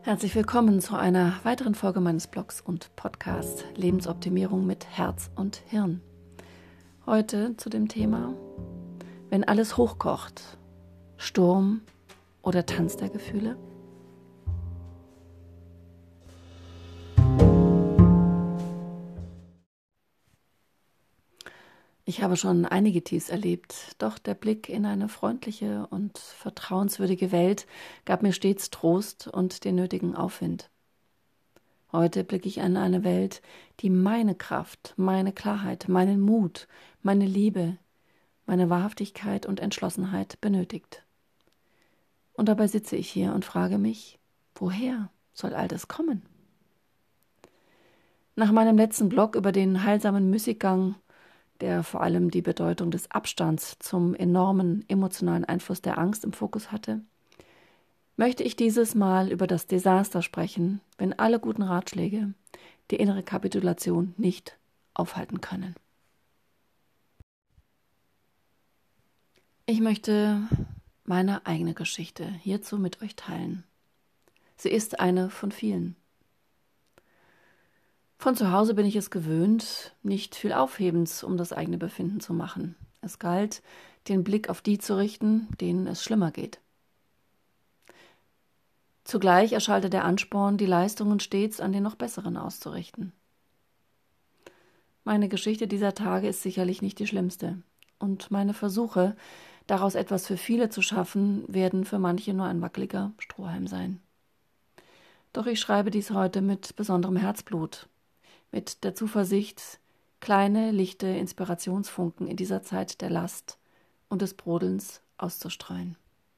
Herzlich willkommen zu einer weiteren Folge meines Blogs und Podcasts Lebensoptimierung mit Herz und Hirn. Heute zu dem Thema, wenn alles hochkocht, Sturm oder Tanz der Gefühle? Ich habe schon einige Tiefs erlebt, doch der Blick in eine freundliche und vertrauenswürdige Welt gab mir stets Trost und den nötigen Aufwind. Heute blicke ich in eine Welt, die meine Kraft, meine Klarheit, meinen Mut, meine Liebe, meine Wahrhaftigkeit und Entschlossenheit benötigt. Und dabei sitze ich hier und frage mich, woher soll all das kommen? Nach meinem letzten Blog über den heilsamen Müßiggang, der vor allem die Bedeutung des Abstands zum enormen emotionalen Einfluss der Angst im Fokus hatte, möchte ich dieses Mal über das Desaster sprechen, wenn alle guten Ratschläge die innere Kapitulation nicht aufhalten können. Ich möchte meine eigene Geschichte hierzu mit euch teilen. Sie ist eine von vielen. Von zu Hause bin ich es gewöhnt, nicht viel Aufhebens um das eigene Befinden zu machen. Es galt, den Blick auf die zu richten, denen es schlimmer geht. Zugleich erschallte der Ansporn, die Leistungen stets an den noch Besseren auszurichten. Meine Geschichte dieser Tage ist sicherlich nicht die schlimmste. Und meine Versuche, daraus etwas für viele zu schaffen, werden für manche nur ein wackeliger Strohhalm sein. Doch ich schreibe dies heute mit besonderem Herzblut, mit der Zuversicht, kleine, lichte Inspirationsfunken in dieser Zeit der Last und des Brodelns auszustreuen.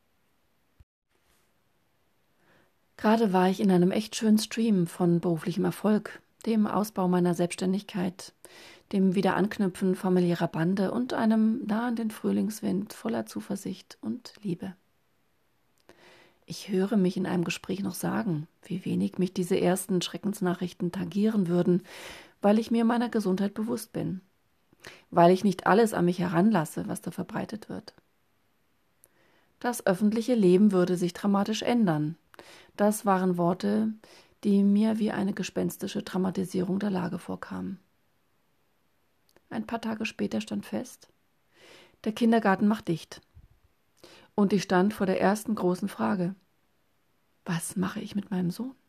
Gerade war ich in einem echt schönen Stream von beruflichem Erfolg, dem Ausbau meiner Selbstständigkeit, dem Wiederanknüpfen familiärer Bande und einem nahenden Frühlingswind voller Zuversicht und Liebe. Ich höre mich in einem Gespräch noch sagen, wie wenig mich diese ersten Schreckensnachrichten tangieren würden, weil ich mir meiner Gesundheit bewusst bin, weil ich nicht alles an mich heranlasse, was da verbreitet wird. Das öffentliche Leben würde sich dramatisch ändern. Das waren Worte, die mir wie eine gespenstische Dramatisierung der Lage vorkamen. Ein paar Tage später stand fest, der Kindergarten macht dicht. Und ich stand vor der ersten großen Frage. Was mache ich mit meinem Sohn?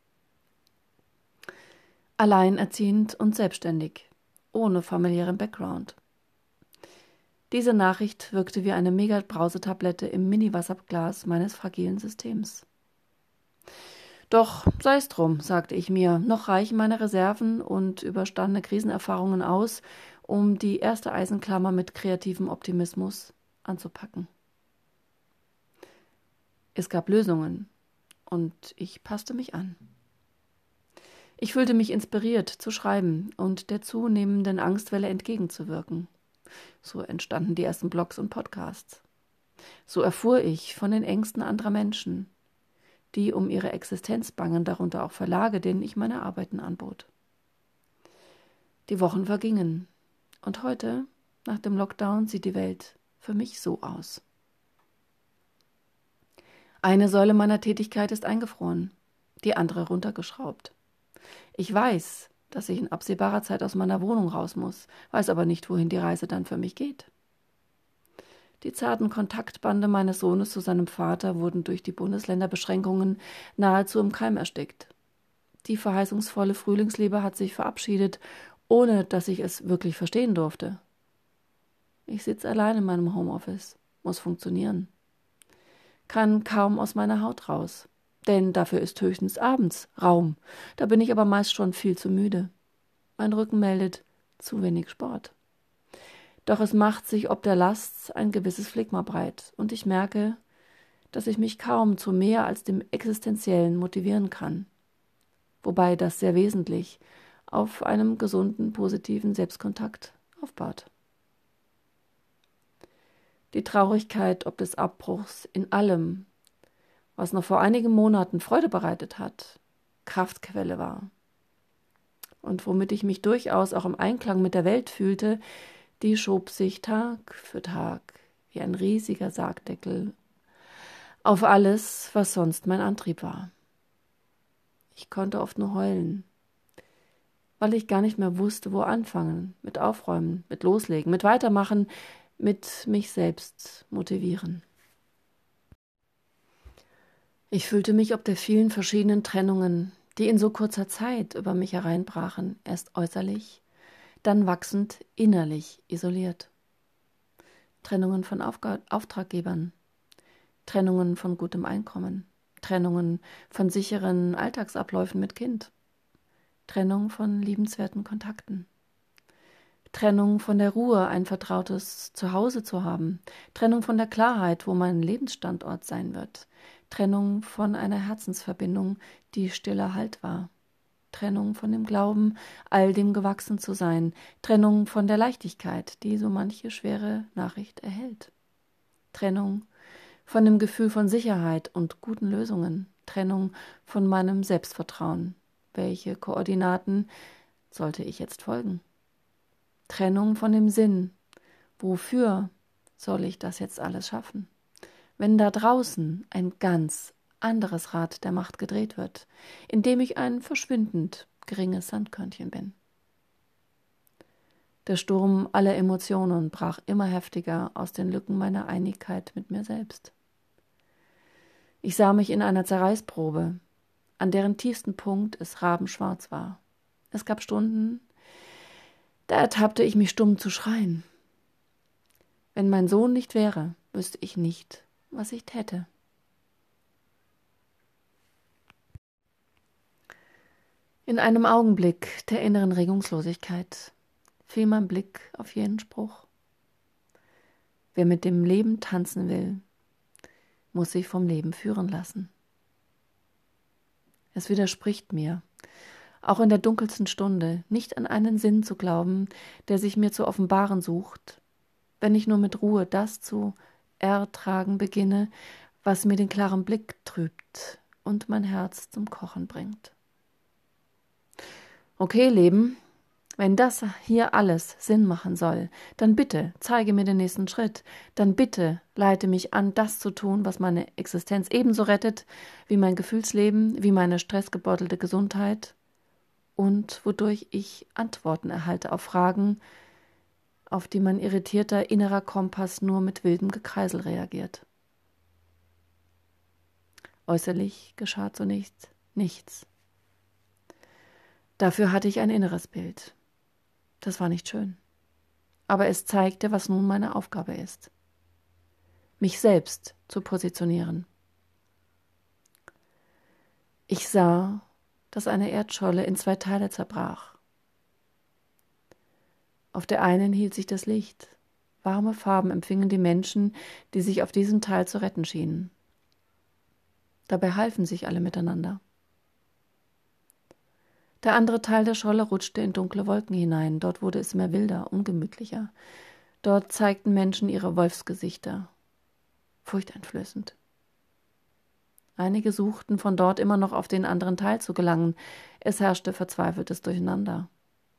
Alleinerziehend und selbstständig, ohne familiären Background. Diese Nachricht wirkte wie eine Mega-Brausetablette im Mini-Wasserglas meines fragilen Systems. Doch sei es drum, sagte ich mir, noch reichen meine Reserven und überstandene Krisenerfahrungen aus, um die erste Eisenklammer mit kreativem Optimismus anzupacken. Es gab Lösungen und ich passte mich an. Ich fühlte mich inspiriert zu schreiben und der zunehmenden Angstwelle entgegenzuwirken. So entstanden die ersten Blogs und Podcasts. So erfuhr ich von den Ängsten anderer Menschen, die um ihre Existenz bangen, darunter auch Verlage, denen ich meine Arbeiten anbot. Die Wochen vergingen und heute, nach dem Lockdown, sieht die Welt für mich so aus. Eine Säule meiner Tätigkeit ist eingefroren, die andere runtergeschraubt. Ich weiß, dass ich in absehbarer Zeit aus meiner Wohnung raus muss, weiß aber nicht, wohin die Reise dann für mich geht. Die zarten Kontaktbande meines Sohnes zu seinem Vater wurden durch die Bundesländerbeschränkungen nahezu im Keim erstickt. Die verheißungsvolle Frühlingsliebe hat sich verabschiedet, ohne dass ich es wirklich verstehen durfte. Ich sitze allein in meinem Homeoffice, muss funktionieren. Kann kaum aus meiner Haut raus, denn dafür ist höchstens abends Raum. Da bin ich aber meist schon viel zu müde. Mein Rücken meldet zu wenig Sport. Doch es macht sich ob der Last ein gewisses Phlegma breit und ich merke, dass ich mich kaum zu mehr als dem Existenziellen motivieren kann. Wobei das sehr wesentlich auf einem gesunden, positiven Selbstkontakt aufbaut. Die Traurigkeit ob des Abbruchs in allem, was noch vor einigen Monaten Freude bereitet hat, Kraftquelle war. Und womit ich mich durchaus auch im Einklang mit der Welt fühlte, die schob sich Tag für Tag wie ein riesiger Sargdeckel auf alles, was sonst mein Antrieb war. Ich konnte oft nur heulen, weil ich gar nicht mehr wusste, wo anfangen, mit Aufräumen, mit Loslegen, mit Weitermachen, mit mich selbst motivieren. Ich fühlte mich ob der vielen verschiedenen Trennungen, die in so kurzer Zeit über mich hereinbrachen, erst äußerlich, dann wachsend innerlich isoliert. Trennungen von Auftraggebern, Trennungen von gutem Einkommen, Trennungen von sicheren Alltagsabläufen mit Kind, Trennung von liebenswerten Kontakten, Trennung von der Ruhe, ein vertrautes Zuhause zu haben, Trennung von der Klarheit, wo mein Lebensstandort sein wird, Trennung von einer Herzensverbindung, die stiller Halt war, Trennung von dem Glauben, all dem gewachsen zu sein, Trennung von der Leichtigkeit, die so manche schwere Nachricht erhält, Trennung von dem Gefühl von Sicherheit und guten Lösungen, Trennung von meinem Selbstvertrauen. Welche Koordinaten sollte ich jetzt folgen? Trennung von dem Sinn. Wofür soll ich das jetzt alles schaffen? Wenn da draußen ein ganz anderes Rad der Macht gedreht wird, in dem ich ein verschwindend geringes Sandkörnchen bin. Der Sturm aller Emotionen brach immer heftiger aus den Lücken meiner Einigkeit mit mir selbst. Ich sah mich in einer Zerreißprobe, an deren tiefsten Punkt es rabenschwarz war. Es gab Stunden, da ertappte ich mich stumm zu schreien. Wenn mein Sohn nicht wäre, wüsste ich nicht, was ich täte. In einem Augenblick der inneren Regungslosigkeit fiel mein Blick auf jenen Spruch. Wer mit dem Leben tanzen will, muss sich vom Leben führen lassen. Es widerspricht mir, auch in der dunkelsten Stunde, nicht an einen Sinn zu glauben, der sich mir zu offenbaren sucht, wenn ich nur mit Ruhe das zu ertragen beginne, was mir den klaren Blick trübt und mein Herz zum Kochen bringt. Okay, Leben, wenn das hier alles Sinn machen soll, dann bitte zeige mir den nächsten Schritt, dann bitte leite mich an, das zu tun, was meine Existenz ebenso rettet, wie mein Gefühlsleben, wie meine stressgebeutelte Gesundheit und wodurch ich Antworten erhalte auf Fragen, auf die mein irritierter innerer Kompass nur mit wildem Gekreisel reagiert. Äußerlich geschah zunächst nichts. Dafür hatte ich ein inneres Bild. Das war nicht schön. Aber es zeigte, was nun meine Aufgabe ist. Mich selbst zu positionieren. Ich sah, dass eine Erdscholle in 2 Teile zerbrach. Auf der einen hielt sich das Licht. Warme Farben empfingen die Menschen, die sich auf diesem Teil zu retten schienen. Dabei halfen sich alle miteinander. Der andere Teil der Scholle rutschte in dunkle Wolken hinein. Dort wurde es immer wilder, ungemütlicher. Dort zeigten Menschen ihre Wolfsgesichter. Furchteinflößend. Einige suchten, von dort immer noch auf den anderen Teil zu gelangen. Es herrschte verzweifeltes Durcheinander.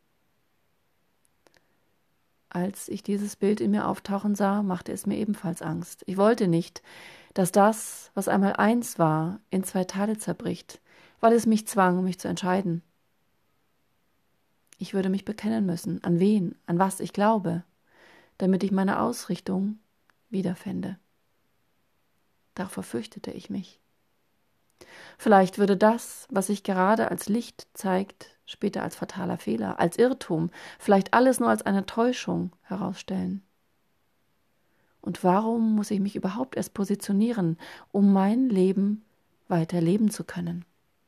Als ich dieses Bild in mir auftauchen sah, machte es mir ebenfalls Angst. Ich wollte nicht, dass das, was einmal eins war, in 2 Teile zerbricht, weil es mich zwang, mich zu entscheiden. Ich würde mich bekennen müssen, an wen, an was ich glaube, damit ich meine Ausrichtung wiederfände. Davor fürchtete ich mich. Vielleicht würde das, was sich gerade als Licht zeigt, später als fataler Fehler, als Irrtum, vielleicht alles nur als eine Täuschung herausstellen. Und warum muss ich mich überhaupt erst positionieren, um mein Leben weiter leben zu können?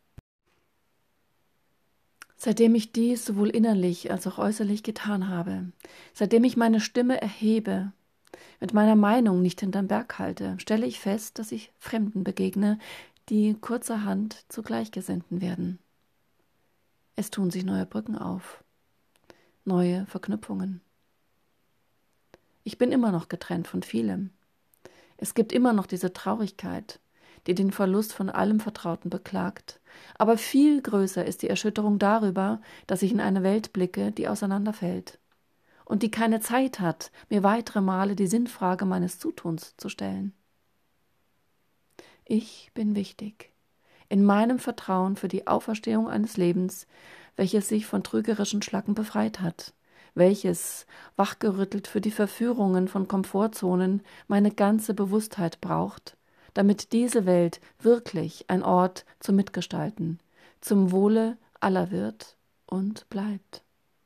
Seitdem ich dies sowohl innerlich als auch äußerlich getan habe, seitdem ich meine Stimme erhebe, mit meiner Meinung nicht hinterm Berg halte, stelle ich fest, dass ich Fremden begegne, die kurzerhand zu Gleichgesinnten werden. Es tun sich neue Brücken auf, neue Verknüpfungen. Ich bin immer noch getrennt von vielem. Es gibt immer noch diese Traurigkeit, die den Verlust von allem Vertrauten beklagt. Aber viel größer ist die Erschütterung darüber, dass ich in eine Welt blicke, die auseinanderfällt und die keine Zeit hat, mir weitere Male die Sinnfrage meines Zutuns zu stellen. Ich bin wichtig. in meinem Vertrauen für die Auferstehung eines Lebens, welches sich von trügerischen Schlacken befreit hat, welches, wachgerüttelt für die Verführungen von Komfortzonen, meine ganze Bewusstheit braucht, damit diese Welt wirklich ein Ort zum Mitgestalten, zum Wohle aller wird und bleibt.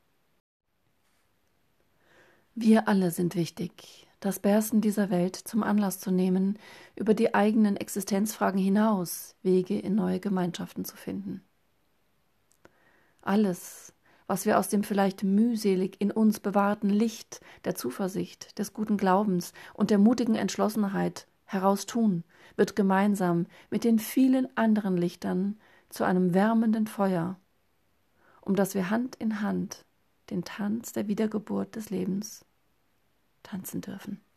Wir alle sind wichtig, das Bersten dieser Welt zum Anlass zu nehmen, über die eigenen Existenzfragen hinaus Wege in neue Gemeinschaften zu finden. Alles, was wir aus dem vielleicht mühselig in uns bewahrten Licht der Zuversicht, des guten Glaubens und der mutigen Entschlossenheit heraus tun, wird gemeinsam mit den vielen anderen Lichtern zu einem wärmenden Feuer, um das wir Hand in Hand den Tanz der Wiedergeburt des Lebens tanzen dürfen.